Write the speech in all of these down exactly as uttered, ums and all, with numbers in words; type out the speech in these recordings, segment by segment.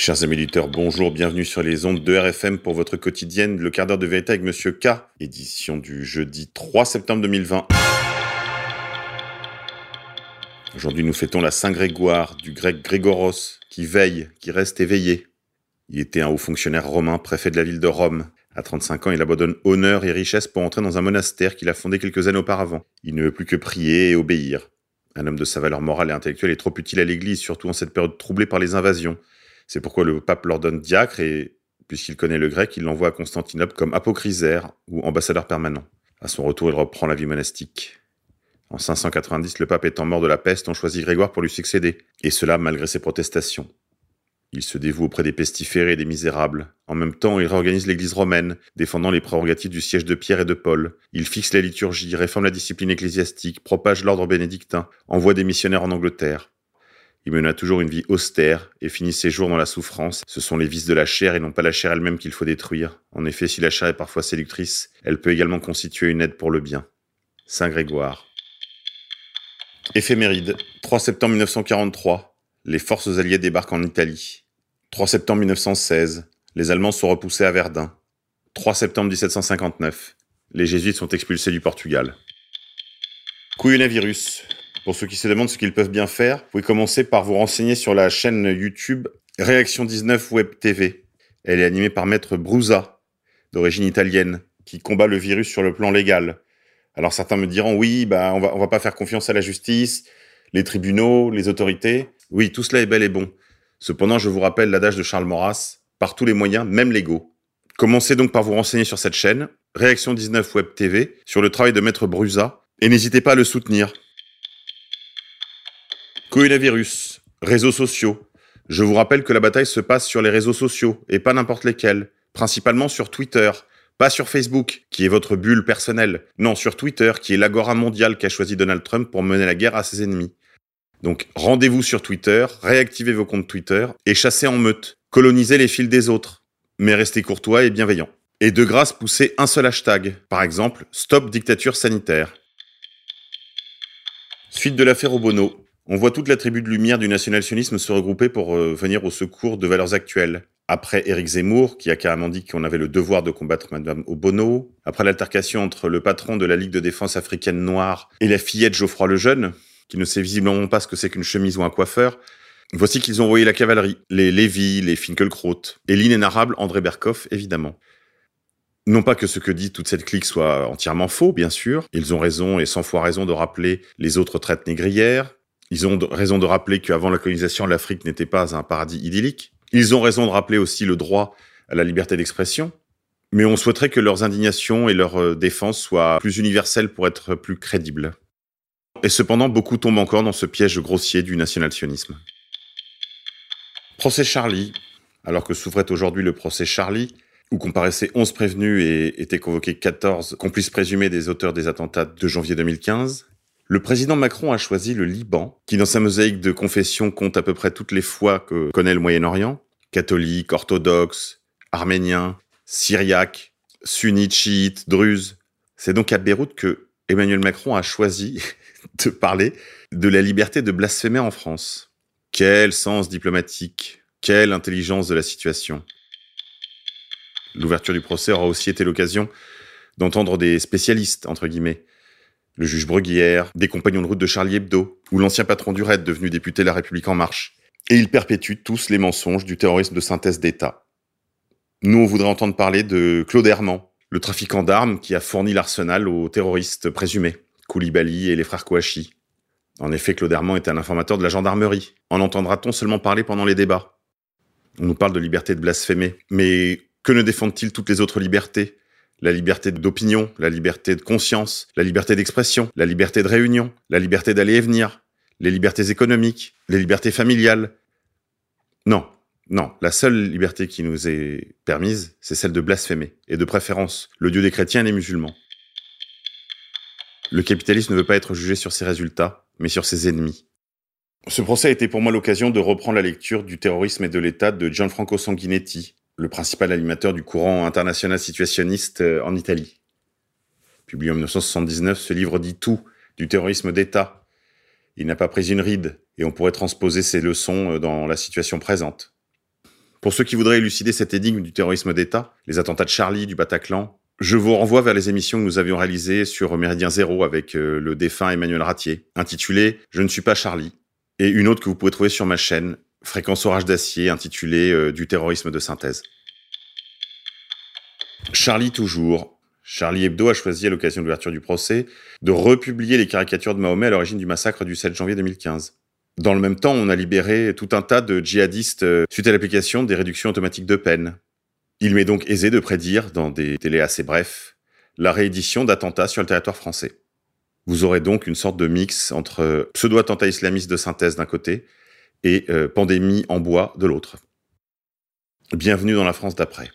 Chers amis auditeurs, bonjour, bienvenue sur les ondes de R F M pour votre quotidienne, le quart d'heure de vérité avec Monsieur K, édition du jeudi trois septembre deux mille vingt. Aujourd'hui, nous fêtons la Saint-Grégoire, du grec Grégoros, qui veille, qui reste éveillé. Il était un haut fonctionnaire romain, préfet de la ville de Rome. À trente-cinq ans, il abandonne honneur et richesse pour entrer dans un monastère qu'il a fondé quelques années auparavant. Il ne veut plus que prier et obéir. Un homme de sa valeur morale et intellectuelle est trop utile à l'Église, surtout en cette période troublée par les invasions. C'est pourquoi le pape l'ordonne diacre et, puisqu'il connaît le grec, il l'envoie à Constantinople comme apocrysaire ou ambassadeur permanent. À son retour, il reprend la vie monastique. En cinq cent quatre-vingt-dix, le pape étant mort de la peste, on choisit Grégoire pour lui succéder, et cela malgré ses protestations. Il se dévoue auprès des pestiférés et des misérables. En même temps, il réorganise l'église romaine, défendant les prérogatives du siège de Pierre et de Paul. Il fixe la liturgie, réforme la discipline ecclésiastique, propage l'ordre bénédictin, envoie des missionnaires en Angleterre. Il mena toujours une vie austère et finit ses jours dans la souffrance. Ce sont les vices de la chair et non pas la chair elle-même qu'il faut détruire. En effet, si la chair est parfois séductrice, elle peut également constituer une aide pour le bien. Saint Grégoire. Éphéméride. trois septembre mille neuf cent quarante-trois. Les forces alliées débarquent en Italie. trois septembre mille neuf cent seize. Les Allemands sont repoussés à Verdun. trois septembre mille sept cent cinquante-neuf. Les Jésuites sont expulsés du Portugal. Coronavirus. Pour ceux qui se demandent ce qu'ils peuvent bien faire, vous pouvez commencer par vous renseigner sur la chaîne YouTube Réaction dix-neuf Web T V. Elle est animée par Maître Brusa, d'origine italienne, qui combat le virus sur le plan légal. Alors certains me diront, oui, bah, on va, on va pas faire confiance à la justice, les tribunaux, les autorités. Oui, tout cela est bel et bon. Cependant, je vous rappelle l'adage de Charles Maurras, par tous les moyens, même légaux. Commencez donc par vous renseigner sur cette chaîne, Réaction dix-neuf Web T V, sur le travail de Maître Brusa, et n'hésitez pas à le soutenir. Coronavirus, réseaux sociaux. Je vous rappelle que la bataille se passe sur les réseaux sociaux, et pas n'importe lesquels, principalement sur Twitter. Pas sur Facebook, qui est votre bulle personnelle. Non, sur Twitter, qui est l'agora mondiale qu'a choisi Donald Trump pour mener la guerre à ses ennemis. Donc, rendez-vous sur Twitter, réactivez vos comptes Twitter et chassez en meute. Colonisez les fils des autres. Mais restez courtois et bienveillants. Et de grâce, poussez un seul hashtag. Par exemple, Stop Dictature Sanitaire. Suite de l'affaire Obono. On voit toute la tribu de lumière du national-sionisme se regrouper pour euh, venir au secours de valeurs actuelles. Après Éric Zemmour, qui a carrément dit qu'on avait le devoir de combattre Madame Obono. Après l'altercation entre le patron de la Ligue de défense africaine noire et la fillette Geoffroy Lejeune, qui ne sait visiblement pas ce que c'est qu'une chemise ou un coiffeur. Voici qu'ils ont envoyé la cavalerie, les Lévy, les Finkielkraut, et l'inénarrable André Berkoff, évidemment. Non pas que ce que dit toute cette clique soit entièrement faux, bien sûr. Ils ont raison et cent fois raison de rappeler les autres traites négrières. Ils ont raison de rappeler qu'avant la colonisation, l'Afrique n'était pas un paradis idyllique. Ils ont raison de rappeler aussi le droit à la liberté d'expression. Mais on souhaiterait que leurs indignations et leurs défenses soient plus universelles pour être plus crédibles. Et cependant, beaucoup tombent encore dans ce piège grossier du national-sionisme. Procès Charlie. Alors que s'ouvrait aujourd'hui le procès Charlie, où comparaissaient onze prévenus et étaient convoqués quatorze complices présumés des auteurs des attentats de janvier deux mille quinze, le président Macron a choisi le Liban, qui dans sa mosaïque de confessions compte à peu près toutes les foi que connaît le Moyen-Orient, catholiques, orthodoxes, arméniens, syriaques, sunnites, chiites, druzes. C'est donc à Beyrouth que Emmanuel Macron a choisi de parler de la liberté de blasphémer en France. Quel sens diplomatique, quelle intelligence de la situation. L'ouverture du procès aura aussi été l'occasion d'entendre des spécialistes, entre guillemets, le juge Bruguière, des compagnons de route de Charlie Hebdo, ou l'ancien patron du R A I D devenu député La République En Marche. Et ils perpétuent tous les mensonges du terrorisme de synthèse d'État. Nous, on voudrait entendre parler de Claude Herman, le trafiquant d'armes qui a fourni l'arsenal aux terroristes présumés, Koulibaly et les frères Kouachi. En effet, Claude Herman est un informateur de la gendarmerie. En entendra-t-on seulement parler pendant les débats? On nous parle de liberté de blasphémer, mais que ne défendent-ils toutes les autres libertés? La liberté d'opinion, la liberté de conscience, la liberté d'expression, la liberté de réunion, la liberté d'aller et venir, les libertés économiques, les libertés familiales. Non, non, la seule liberté qui nous est permise, c'est celle de blasphémer, et de préférence, le Dieu des chrétiens et des musulmans. Le capitalisme ne veut pas être jugé sur ses résultats, mais sur ses ennemis. Ce procès a été pour moi l'occasion de reprendre la lecture du terrorisme et de l'État de Gianfranco Sanguinetti, le principal animateur du courant international situationniste en Italie. Publié en dix-neuf cent soixante-dix-neuf, ce livre dit tout du terrorisme d'État. Il n'a pas pris une ride, et on pourrait transposer ces leçons dans la situation présente. Pour ceux qui voudraient élucider cette énigme du terrorisme d'État, les attentats de Charlie, du Bataclan, je vous renvoie vers les émissions que nous avions réalisées sur Méridien Zéro avec euh, le défunt Emmanuel Ratier, intitulée « Je ne suis pas Charlie », et une autre que vous pouvez trouver sur ma chaîne, Fréquence Orage d'Acier, intitulée euh, « Du terrorisme de synthèse ». Charlie toujours. Charlie Hebdo a choisi, à l'occasion de l'ouverture du procès, de republier les caricatures de Mahomet à l'origine du massacre du sept janvier deux mille quinze. Dans le même temps, on a libéré tout un tas de djihadistes euh, suite à l'application des réductions automatiques de peine. Il m'est donc aisé de prédire, dans des délais assez brefs, la réédition d'attentats sur le territoire français. Vous aurez donc une sorte de mix entre pseudo-attentats islamistes de synthèse d'un côté et euh, pandémie en bois de l'autre. Bienvenue dans la France d'après.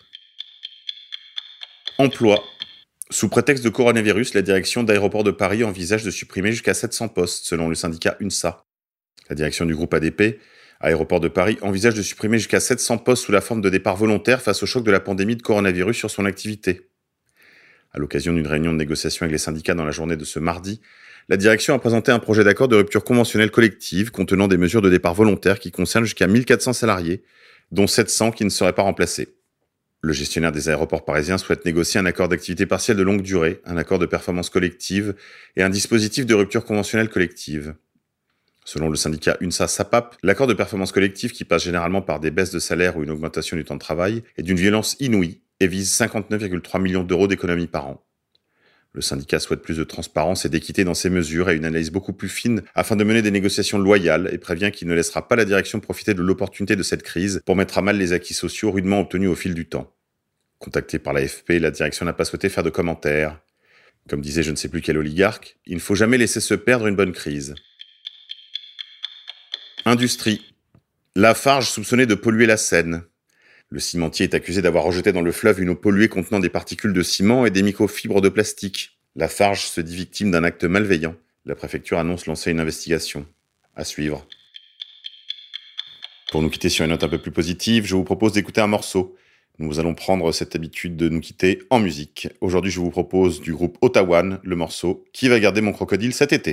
Emploi. Sous prétexte de coronavirus, la direction d'Aéroports de Paris envisage de supprimer jusqu'à sept cents postes, selon le syndicat UNSA. La direction du groupe A D P, Aéroports de Paris, envisage de supprimer jusqu'à sept cents postes sous la forme de départ volontaire face au choc de la pandémie de coronavirus sur son activité. À l'occasion d'une réunion de négociation avec les syndicats dans la journée de ce mardi, la direction a présenté un projet d'accord de rupture conventionnelle collective contenant des mesures de départ volontaire qui concernent jusqu'à mille quatre cents salariés, dont sept cents qui ne seraient pas remplacés. Le gestionnaire des aéroports parisiens souhaite négocier un accord d'activité partielle de longue durée, un accord de performance collective et un dispositif de rupture conventionnelle collective. Selon le syndicat UNSA-SAPAP, l'accord de performance collective, qui passe généralement par des baisses de salaire ou une augmentation du temps de travail, est d'une violence inouïe et vise cinquante-neuf virgule trois millions d'euros d'économies par an. Le syndicat souhaite plus de transparence et d'équité dans ces mesures et une analyse beaucoup plus fine afin de mener des négociations loyales et prévient qu'il ne laissera pas la direction profiter de l'opportunité de cette crise pour mettre à mal les acquis sociaux rudement obtenus au fil du temps. Contactée par l'A F P, la direction n'a pas souhaité faire de commentaires. Comme disait je ne sais plus quel oligarque, il ne faut jamais laisser se perdre une bonne crise. Industrie. Lafarge soupçonnée de polluer la Seine. Le cimentier est accusé d'avoir rejeté dans le fleuve une eau polluée contenant des particules de ciment et des microfibres de plastique. Lafarge se dit victime d'un acte malveillant. La préfecture annonce lancer une investigation. À suivre. Pour nous quitter sur une note un peu plus positive, je vous propose d'écouter un morceau. Nous allons prendre cette habitude de nous quitter en musique. Aujourd'hui, je vous propose du groupe Ottawan, le morceau « Qui va garder mon crocodile cet été ?»